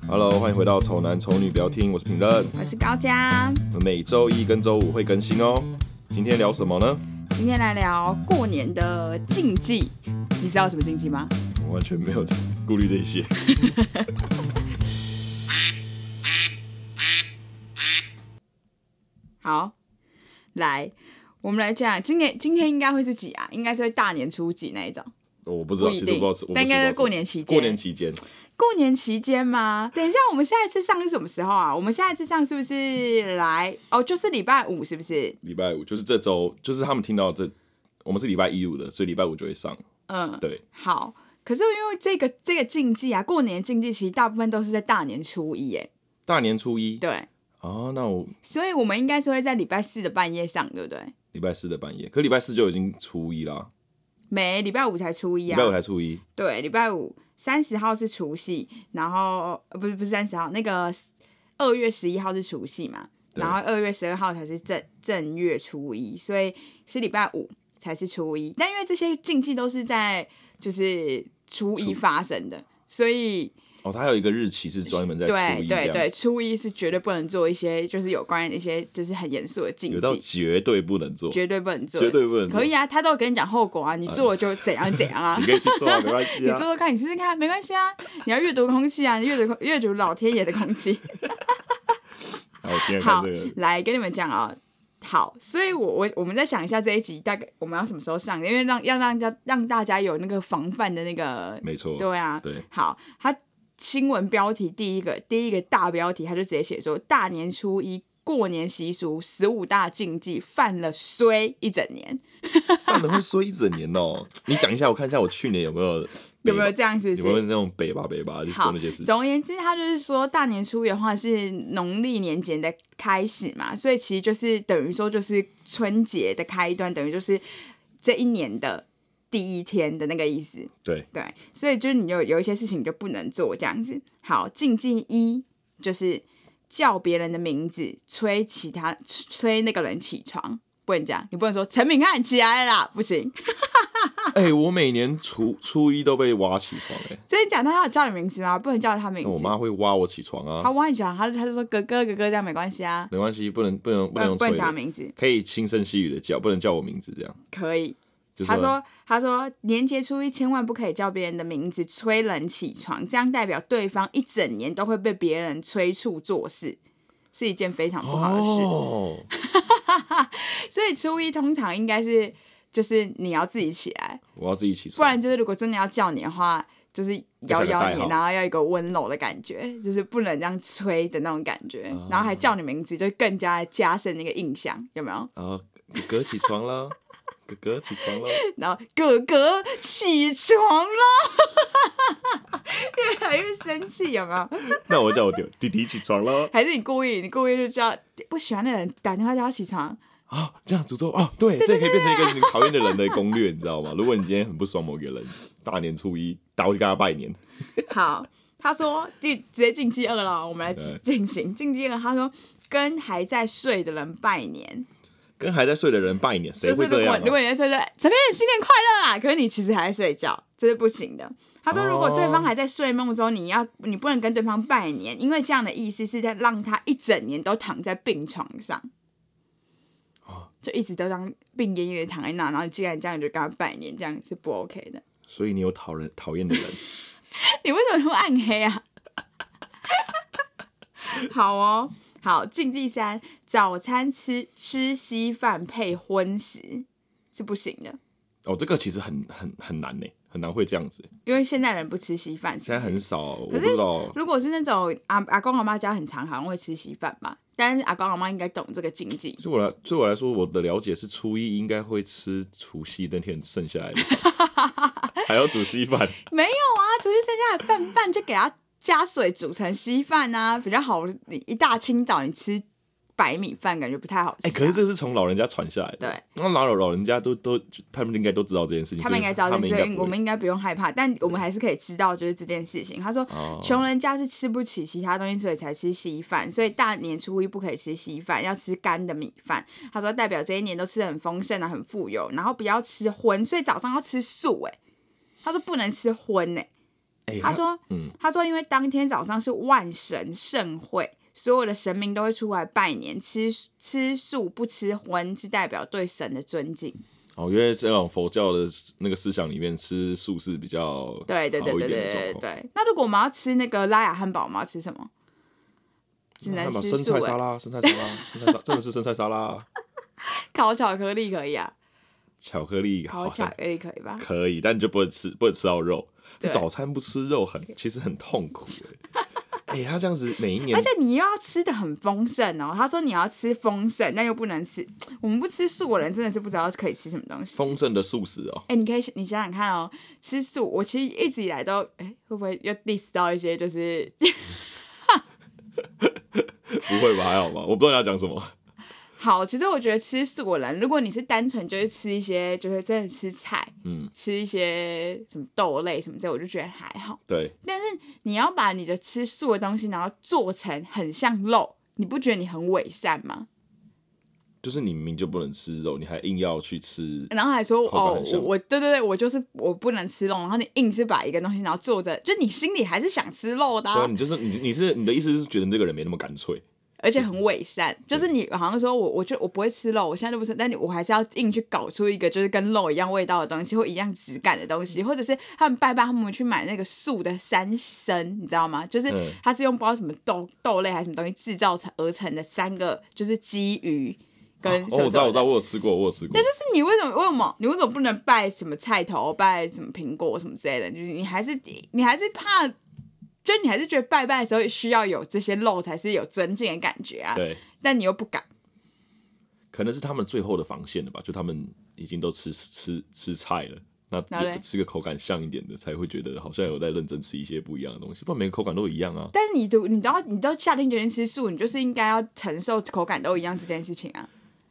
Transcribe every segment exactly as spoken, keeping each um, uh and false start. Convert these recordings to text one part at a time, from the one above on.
Hello， 欢迎回到丑男丑女不要听，我是品任， 我是高嘉。 我们每周一跟周五会更新哦。今天聊什么呢？ 今天来聊过年的禁忌，你知道什么禁忌吗？ 我完全没有顾虑这些。 好，来，我们来讲，今年今天应该会是几啊？应该是会大年初几那一种。 我不知道， 不一定， 其实我不知道， 但应该是过年期间。 过年期间， 过年期间吗？等一下，我们下一次上是什么时候啊？我们下一次上是不是来哦？就是礼拜五，是不是？ 礼拜五就是这周，就是他们听到这，我们是礼拜一录的，所以礼拜五就会上。 嗯， 对。 好，可是因为这个这个禁忌啊，过年禁忌其实大部分都是在大年初一，哎， 大年初一。 对。 哦，那我， 所以我们应该是会在礼拜四的半夜上，对不对？ 礼拜四的半夜，可礼拜四就已经初一啦。 没，礼拜五才初一啊。 礼拜五才初一。 对，礼拜五三十号是除夕，然后呃不是不是三十号，那个二月十一号是除夕嘛，然后二月十二号才是正正月初一，所以是礼拜五才是初一。但因为这些禁忌都是在就是初一发生的，所以。 哦，它还有一个日期是专门在初一， 对对对，初一是绝对不能做一些就是有关于一些就是很严肃的禁忌， 有到绝对不能做， 绝对不能做， 绝对不能做。 可以啊，他都有跟你讲后果啊，你做了就怎样怎样啊。 你可以去做啊，没关系啊。 你做做看，你试试看，没关系啊。你要阅读空气啊，你阅读阅读老天爷的空气。 好，我今天看这个。 好，来跟你们讲啊、哦。好，所以我我我们再想一下这一集大概我们要什么时候上，因为让要让大家让大家有那个防范的那个， 没错， 对啊， 对， 好，他。新闻标题第一个第一个大标题，他就直接写说大年初一过年习俗十五大禁忌，犯了衰一整年。 犯了会衰一整年哦！你讲一下，我看一下我去年有没有有没有这样，是不是？ 有没有那种北吧北吧去做那些事情？ 总而言之，他就是说大年初一的话是农历年节的开始嘛，所以其实就是等于说就是春节的开端，等于就是这一年的。第一天的那个意思， 对对，所以就是你有有一些事情你就不能做这样子。好，禁忌一就是叫别人的名字，催其他催那个人起床，不能讲，你不能说陈敏汉起来了啦，不行。 哎、欸，我每年初初一都被挖起床哎、欸， 真的假的？他有叫你名字吗？不能叫他名字。 我妈会挖我起床啊。 他挖你起床，他他就说哥哥哥哥这样没关系啊， 没关系，不能不能不能用催的， 不能叫他名字， 可以轻声细语的叫，不能叫我名字这样。 可以。他说：“他说年节初一千万不可以叫别人的名字催人起床，这样代表对方一整年都会被别人催促做事，是一件非常不好的事。哦、所以初一通常应该是就是你要自己起来， 我要自己起床， 不然就是如果真的要叫你的话，就是摇摇你，然后要一个温柔的感觉，就是不能这样催的那种感觉，哦、然后还叫你名字，就更加加深那个印象，有没有？ 哦，哥哥起床了。”哥哥起床了， 然后哥哥起床了，越来越生气，有没有？ 那我叫我弟弟起床了， 还是你故意？你故意就叫不喜欢的人打电话叫他起床啊、哦？这样诅咒哦，对，对对对对，这可以变成一个你讨厌的人的攻略，你知道吗？如果你今天很不爽某个人，大年初一打过去跟他拜年。 好，他说直接禁忌二了，我们来进行禁忌二。他说跟还在睡的人拜年。 跟还在睡的人拜年，谁会这样、啊？ 如果你在睡，陈片新年快乐啊！可是你其实还在睡觉，这是不行的。他说，如果对方还在睡梦中，你要你不能跟对方拜年，因为这样的意思是在让他一整年都躺在病床上，哦、就一直都当病恹恹的躺在那，然后既然这样你就跟他拜年，这样是不 OK 的。 所以你有讨人讨厌的人， 你为什么那么暗黑啊？好哦。好，禁忌三，早餐吃吃稀饭配荤食是不行的。 哦，这个其实很很很难呢，很难会这样子。 因为现在人不吃稀饭， 现在很少，我不知道。 如果是那种阿阿公阿妈家很常好像会吃稀饭吧，但是阿公阿妈应该懂这个禁忌。 对我来对我来说，我的了解是初一应该会吃除夕那天剩下来的，还要煮稀饭。 没有啊，除夕剩下的饭饭就给他。加水煮成稀饭啊，比较好。你一大清早你吃白米饭，感觉不太好吃、啊。 哎、欸，可是这是从老人家传下来的。 对， 那老老人家都都，他们应该都知道这件事情。 他们应该知道这件事情， 我们应该不用害怕，但我们还是可以知道就是这件事情。他说，穷、哦、人家是吃不起其他东西，所以才吃稀饭，所以大年初一不可以吃稀饭，要吃干的米饭。他说，代表这一年都吃得很丰盛啊，很富有，然后不要吃荤，所以早上要吃素、欸。哎，他说不能吃荤、欸，哎。 欸、 他说， 嗯， 他说因为当天早上是万神盛会，所有的神明都会出来拜年，吃吃素不吃荤是代表对神的尊敬。 哦，因为这种佛教的那个思想里面，吃素是比较对对对对对对对。那如果我们要吃那个拉雅汉堡，我们要吃什么？只能吃素、欸。 生菜沙拉，生菜沙拉，生菜沙真的是生菜沙拉。 烤巧克力可以啊。 巧克力烤巧克力可以吧？ 可以，但你就不能吃，不能吃到肉。早餐不吃肉很，其实很痛苦哎、欸。哎、欸，他这样子每一年， 而且你又要吃的很丰盛哦。他说你要吃丰盛，但又不能吃。我们不吃素的人真的是不知道可以吃什么东西。 丰盛的素食哦。 哎、欸，你可以你想想看哦，吃素，我其实一直以来都，哎、欸，会不会又 diss 到一些就是？ 不会吧，还好吧，我不知道你要讲什么。 好，其实我觉得吃素的人，如果你是单纯就是吃一些，就是真的吃菜，嗯，吃一些什么豆类什么的，我就觉得还好。 对。 但是你要把你的吃素的东西，然后做成很像肉，你不觉得你很伪善吗？ 就是你明明就不能吃肉，你还硬要去吃， 然后还说哦，我我对对对，我就是我不能吃肉，然后你硬是把一个东西然后做着，就你心里还是想吃肉的、啊。 对，你就是你你是你的意思是觉得你这个人没那么干脆。 而且很伪善，就是你好像说我我就我不会吃肉，我现在都不吃，但我还是要硬去搞出一个就是跟肉一样味道的东西，或一样质感的东西，或者是他们拜拜，他们去买那个素的三牲，你知道吗？就是它是用不知道什么豆豆类还是什么东西制造成而成的三个，就是鸡鱼跟什么什么、 哦，我知道我知道，我有吃过，我有吃过。 那就是你为什么为什么你为什么不能拜什么菜头，拜什么苹果什么之类的？就是你还是你还是怕。就你还是觉得拜拜的时候需要有这些肉才是有尊敬的感觉啊， 对， 但你又不敢， 可能是他们最后的防线了吧？就他们已经都吃吃吃菜了，那吃个口感像一点的，才会觉得好像有在认真吃一些不一样的东西，不然每个口感都一样啊。 但是你都你都要你都下定决心吃素，你就是应该要承受口感都一样这件事情啊。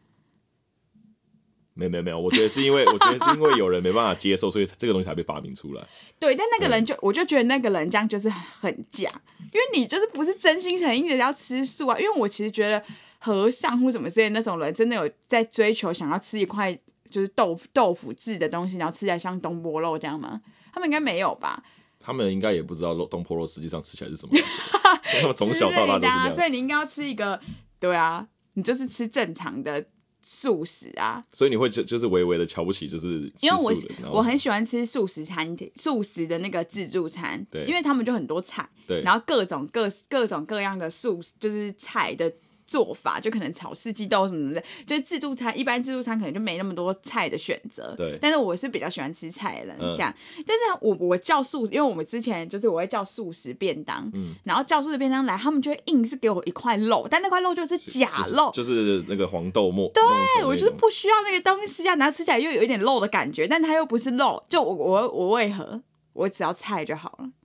没有没有没有，我觉得是因为我觉得是因为有人没办法接受，所以这个东西才被发明出来。 对，但那个人就、嗯、我就觉得那个人这样就是很假，因为你就是不是真心诚意的要吃素啊。因为我其实觉得和尚或什么之类的那种人，真的有在追求想要吃一块就是豆腐豆腐制的东西，然后吃起来像东坡肉这样吗？他们应该没有吧？ 他们应该也不知道东坡肉实际上吃起来是什么样的，他们从小到大都是这样、 啊。所以你应该要吃一个，对啊，你就是吃正常的。素食啊， 所以你会就是微微的瞧不起，就是吃素的， 因为我我很喜欢吃素食餐厅、素食的那个自助餐， 对， 因为他们就很多菜， 对， 然后各种各各种各样的素就是菜的做法，就可能炒四季豆什么的，就是自助餐，一般自助餐可能就没那么多菜的选择， 对， 但是我是比较喜欢吃菜的人，嗯、这样，但是我我叫素，因为我们之前就是我会叫素食便当，嗯，然后叫素食便当来，他们就会硬是给我一块肉，但那块肉就是假肉， 就是、就是、那个黄豆末， 对我就是不需要那个东西啊，然后吃起来又有一点肉的感觉，但它又不是肉，就我我我为何我只要菜就好了。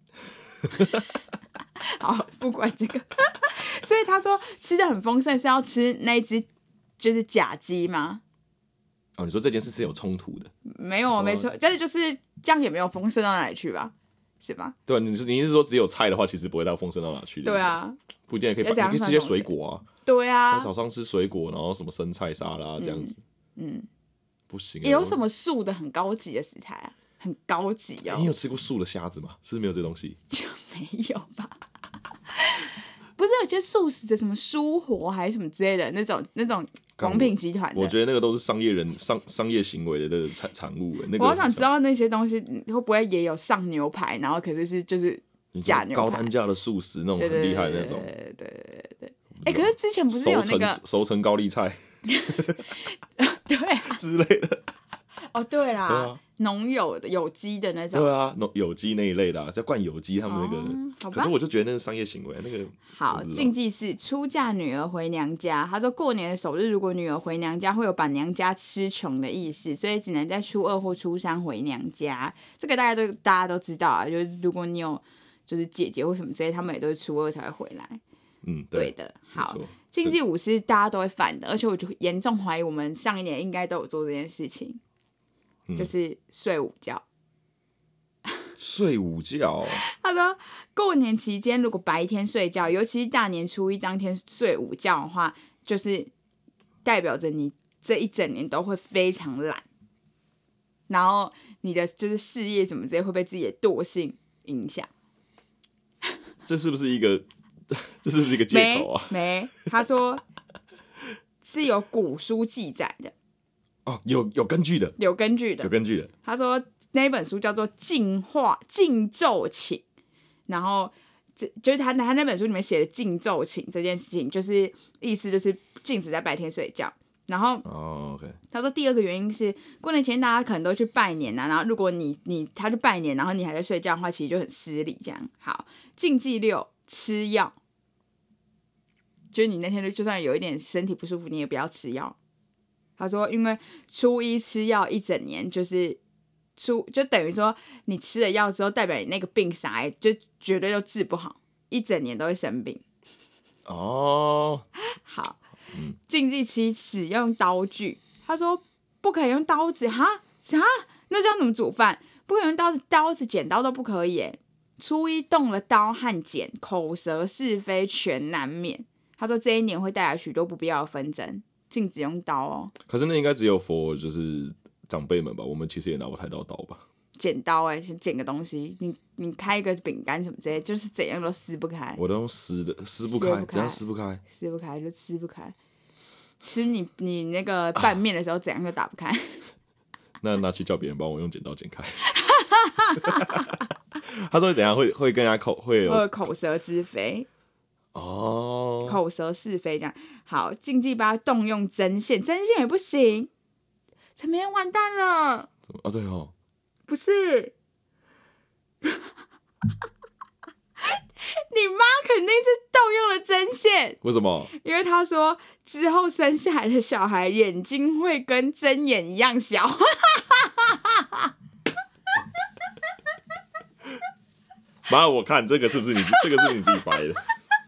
好，不管这个，所以他说吃的很丰盛是要吃那一只就是假鸡吗？ 哦，你说这件事是有冲突的？ 没有，没错，但是就是这样也没有丰盛到哪里去吧？是吧？ 对，你是你是说只有菜的话，其实不会到丰盛到哪去的？ 对啊， 不一定也可以，你可以吃些水果啊。 对啊， 早上吃水果，然后什么生菜沙拉这样子，嗯，嗯不行、啊。 有什么素的很高级的食材啊？很高级哦！ 你有吃过素的虾子吗？是不是没有这东西？ 就没有吧。不是有些素食的什么蔬活还是什么之类的那种那种王品集团的， 我觉得那个都是商业人商商业行为的那个产产物。那个我好想知道那些东西会不会也有上牛排，然后可是是就是假牛排， 高单价的素食那种很厉害的那种。 对对对对对。哎、欸，可是之前不是有那个熟成高丽菜， 对、啊、 之类的。 哦，对啦， 对啊， 农有的有机的那种， 对啊，有机那一类的、啊，在灌有机他们那个、哦，可是我就觉得那是商业行为，那个好。禁忌是出嫁女儿回娘家，他说过年的首日如果女儿回娘家，会有把娘家吃穷的意思，所以只能在初二或初三回娘家。这个大家都大家都知道啊，就是如果你有就是姐姐或什么之类，他们也都是初二才会回来。 嗯，对, 对的。好，禁忌五是大家都会犯的，而且我就严重怀疑我们上一年应该都有做这件事情。嗯、就是睡午觉， 睡午觉。 他说，过年期间如果白天睡觉，尤其是大年初一当天睡午觉的话，就是代表着你这一整年都会非常懒，然后你的就是事业什么之类会被自己的惰性影响。 这是不是一个？这是不是一个借口啊？ 没，没他说是有古书记载的。 哦，有有根据的， 有根据的， 有根据的。 他说那本书叫做《净化净咒请》，然后就是他他那本书里面写的净咒请这件事情，就是意思就是禁止在白天睡觉。然后， 哦 ，OK， 他说第二个原因是过年前大家可能都去拜年啊，然后如果你你他去拜年，然后你还在睡觉的话，其实就很失礼。这样好，禁忌六吃药，就是你那天就算有一点身体不舒服，你也不要吃药。他说，因为初一吃药一整年，就是初就等于说你吃了药之后，代表你那个病啥就绝对都治不好，一整年都会生病。 哦， 好。禁忌七使用刀具，他说不可以用刀子哈啥？那这样怎么煮饭？不可以用刀子，刀子剪刀都不可以耶。初一动了刀和剪，口舌是非全难免。他说这一年会带来许多不必要的纷争，禁止用刀哦。 可是那应该只有 for 就是长辈们吧？我们其实也拿不太到刀吧？ 剪刀哎、欸，剪个东西，你你开一个饼干什么之类，就是怎样都撕不开。 我都用撕的，撕不开，怎样撕不开？ 撕不开就撕不开。吃你你那个拌面的时候，怎样都打不开。 那拿去叫别人帮我用剪刀剪开。他说怎样会会跟人家口会有会有口舌之非。 哦， 口舌是非这样。好，禁忌八动用针线，针线也不行。陈明完蛋了。 啊，对哦。 不是，你妈肯定是动用了针线。 为什么？ 因为她说之后生下来的小孩眼睛会跟针眼一样小。 妈，我看这个是不是你这个是你自己掰的？因为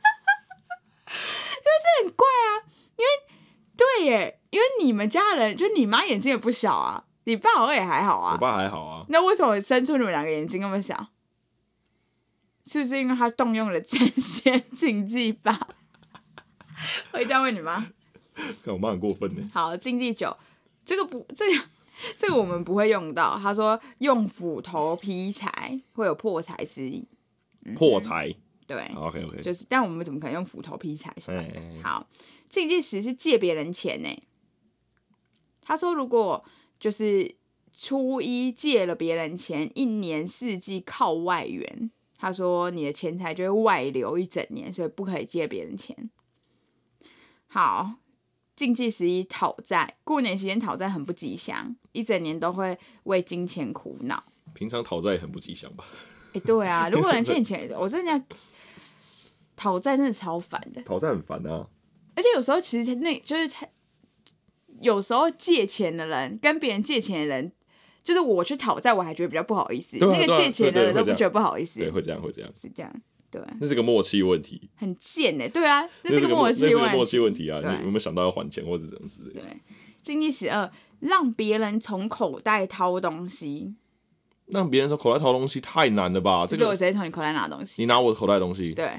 这很怪啊，因为对耶，因为你们家人就你妈眼睛也不小啊。你爸好像也还好啊， 我爸还好啊。 那为什么生出你们两个眼睛那么小？是不是因为他动用了针线禁忌吧？回家问你妈。 看我妈很过分呢。 好，禁忌九，这个不，这个这个我们不会用到。他说用斧头劈柴会有破财之意。嗯、 破财。 对。 OK OK。 就是，但我们怎么可能用斧头劈柴？是吧？ 欸欸欸好，禁忌十是借别人钱呢。他说如果就是初一借了别人钱，一年四季靠外援。他说你的钱财就会外流一整年，所以不可以借别人钱。好，禁忌十一讨债，过年期间讨债很不吉祥，一整年都会为金钱苦恼。 平常讨债也很不吉祥吧？ 哎、欸，对啊，如果有人欠钱，我真的讨债真的超烦的。 讨债很烦啊， 而且有时候其实那就是他。有时候借钱的人跟别人借钱的人，就是我去讨债，我还觉得比较不好意思。 啊、 那个借钱的人都不觉得不好意思。 对，会这样，会这样， 是这样，对。 那是个默契问题。 很贱哎、欸，对啊，那是个默契问题。 那是个默契问题啊！你有没有想到要还钱或者怎么之类的？ 对。禁忌十二，让别人从口袋掏东西。 让别人从口袋掏东西太难了吧？ 就是我直接从你口袋拿东西。 你拿我的口袋的东西。 对。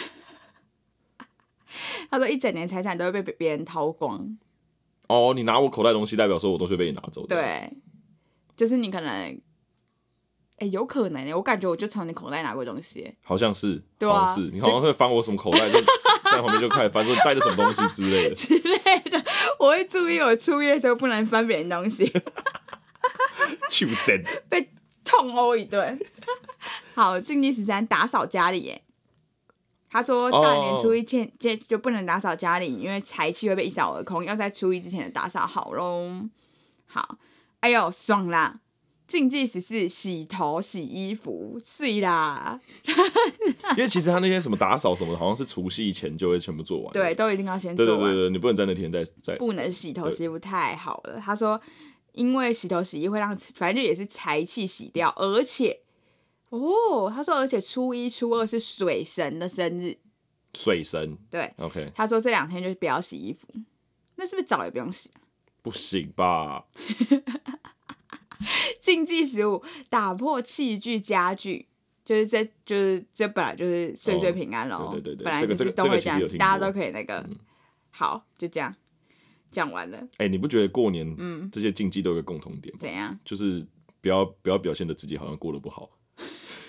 他说一整年财产都会被别人掏光。 哦，你拿我口袋的东西，代表说我东西被你拿走。 对，就是你可能，哎、欸，有可能、欸，我感觉我就从你口袋拿过东西。 好像是， 对啊， 好像是，你好像会翻我什么口袋，就在旁边就开始翻，说你带着什么东西之类的。 之类的，我会注意我初夜的时候不能翻别人东西。 就真被痛殴一顿。好，禁忌十三，打扫家里耶。他说大年初一前就不能打扫家里，因为财气会被一扫而空，要在初一之前的打扫好咯。好，哎呦爽啦！禁忌十四，洗头洗衣服睡啦。 因为其实他那些什么打扫什么的，好像是除夕前就会全部做完。 对，都一定要先做完。 对对对对，你不能在那天再再。 不能洗头洗衣服太好了。他说，因为洗头洗衣会让，反正就也是财气洗掉，而且。哦，他说，而且初一、初二是水神的生日。 水神， 对 ，OK。 他说这两天就不要洗衣服，那是不是澡也不用洗啊？ 不行吧？ 禁忌十五，打破器具家具，就是这就是这本来就是岁岁平安咯、哦。 对对对对， 本来就是都会这样子， 这个、 大家都可以那个。 嗯、 好，就这样讲完了。 哎、欸，你不觉得过年嗯这些禁忌都有个共同点吗？ 怎样？ 就是不要不要表现的自己好像过得不好。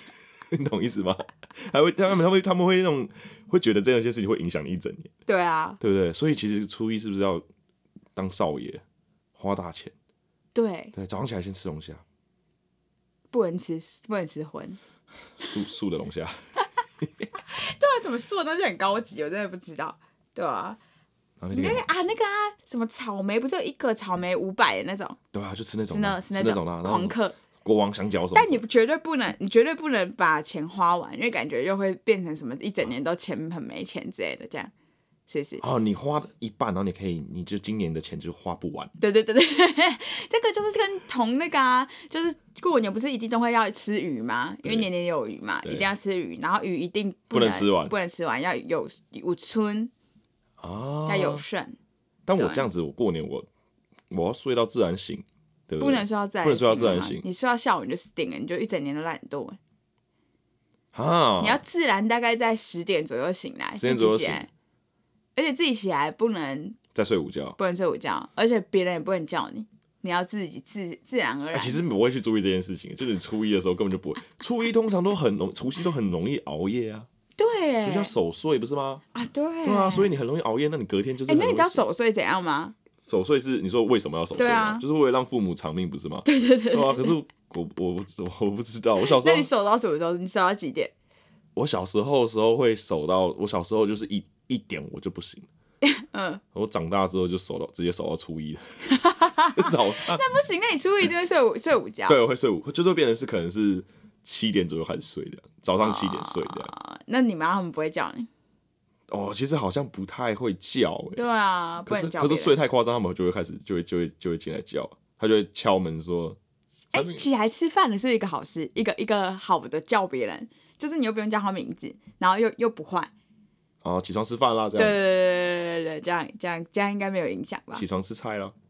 你懂意思吗？还会他们他们他们会那种会觉得这样些事情会影响你一整年。 对啊， 对不对？所以其实初一是不是要当少爷，花大钱？ 对对，早上起来先吃龙虾， 不能吃不能吃荤， 素素的龙虾。 对啊，什么素的东西很高级，我真的不知道。对啊， 那个啊那个啊，什么草莓不是有一个草莓五百的那种？ 对啊，就吃那种， 是那是那种的， 狂嗑。 国王香蕉什么？ 但你绝对不能，你绝对不能把钱花完，因为感觉又会变成什么一整年都钱很没钱之类的，这样是不是？ 哦，你花一半，然后你可以，你就今年的钱就花不完。 对对对对，这个就是跟同那个啊，就是过年不是一定都会要吃鱼吗？因为年年有余嘛，一定要吃鱼，然后鱼一定不能, 不能吃完， 不能吃完，要有有春啊， 要有剩。 但我这样子，我过年我我要睡到自然醒。对不, 对不能睡到自然醒， 不能睡到自然醒， 你睡到下午你就死定了，你就一整年都懒惰。 啊！ 你要自然大概在十点左右醒来， 十点左右醒， 而且自己起来不能再睡午觉， 不能睡午觉，而且别人也不能叫你，你要自己自自然而然。 欸、其实不会去注意这件事情，就是你初一的时候根本就不会。初一通常都很容，除夕都很容易熬夜啊。 对， 除夕要守岁不是吗？ 啊，对， 对啊，所以你很容易熬夜，那你隔天就是。 哎、欸，那你知道守岁怎样吗？ 守岁是你说为什么要守岁吗？ 啊、 就是为了让父母长命，不是吗？ 对对对。 对啊，可是我我不我不知道，我小时候。 那你守到什么时候？你守到几点？ 我小时候的时候会守到，我小时候就是一一点我就不行。嗯。我长大之后就守到直接守到初一了，早上。 那不行，那你初一就会睡午睡午觉。 对，我会睡午，就是变成是可能是七点左右开始睡的，早上七点睡的、 啊。那你妈他们不会叫你？ 哦，其实好像不太会叫、欸， 对啊，不能叫。 可是睡太夸张，他们就会开始就会就会就会进来叫，他就会敲门说：“ 哎、欸，起来吃饭的是一个好事，一个一个好的叫别人，就是你又不用叫他名字，然后又又不坏。 哦，起床吃饭啦，这样。 对对对对对，这样这样这样应该没有影响吧？ 起床吃菜啦。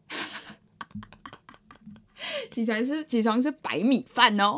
起床是起床是白米饭哦，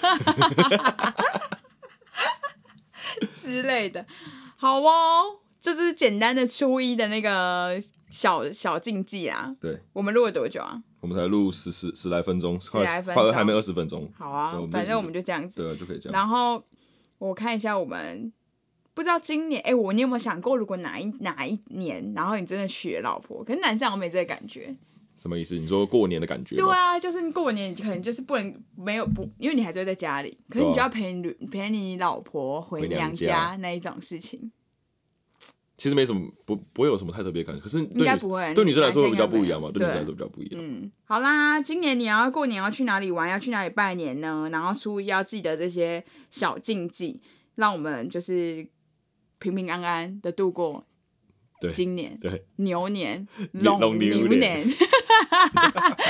之类的。好哦，这就是简单的初一的那个小小禁忌啦。 对， 我们录了多久啊？ 我们才录十十十来分钟， 十来分钟， 快还没二十分钟。 好啊，反正我们就这样子。 对啊，就可以这样。 然后我看一下，我们不知道今年，哎、欸，我你有没有想过，如果哪一哪一年，然后你真的娶了老婆，可是男生好像没这个感觉。 什么意思？你说过年的感觉吗？ 对啊，就是你过年，你可能就是不能没有不，因为你还是会在家里，可是你就要陪你、啊、陪你老婆回娘家那一种事情。 其实没什么，不不会有什么太特别感觉，可是对应该不会， 对女生来说会比较不一样嘛，对女生来说比较不一样。 嗯，好啦，今年你要过年要去哪里玩，要去哪里拜年呢？然后初一要记得这些小禁忌，让我们就是平平安安的度过。对，今年对牛年龙牛年，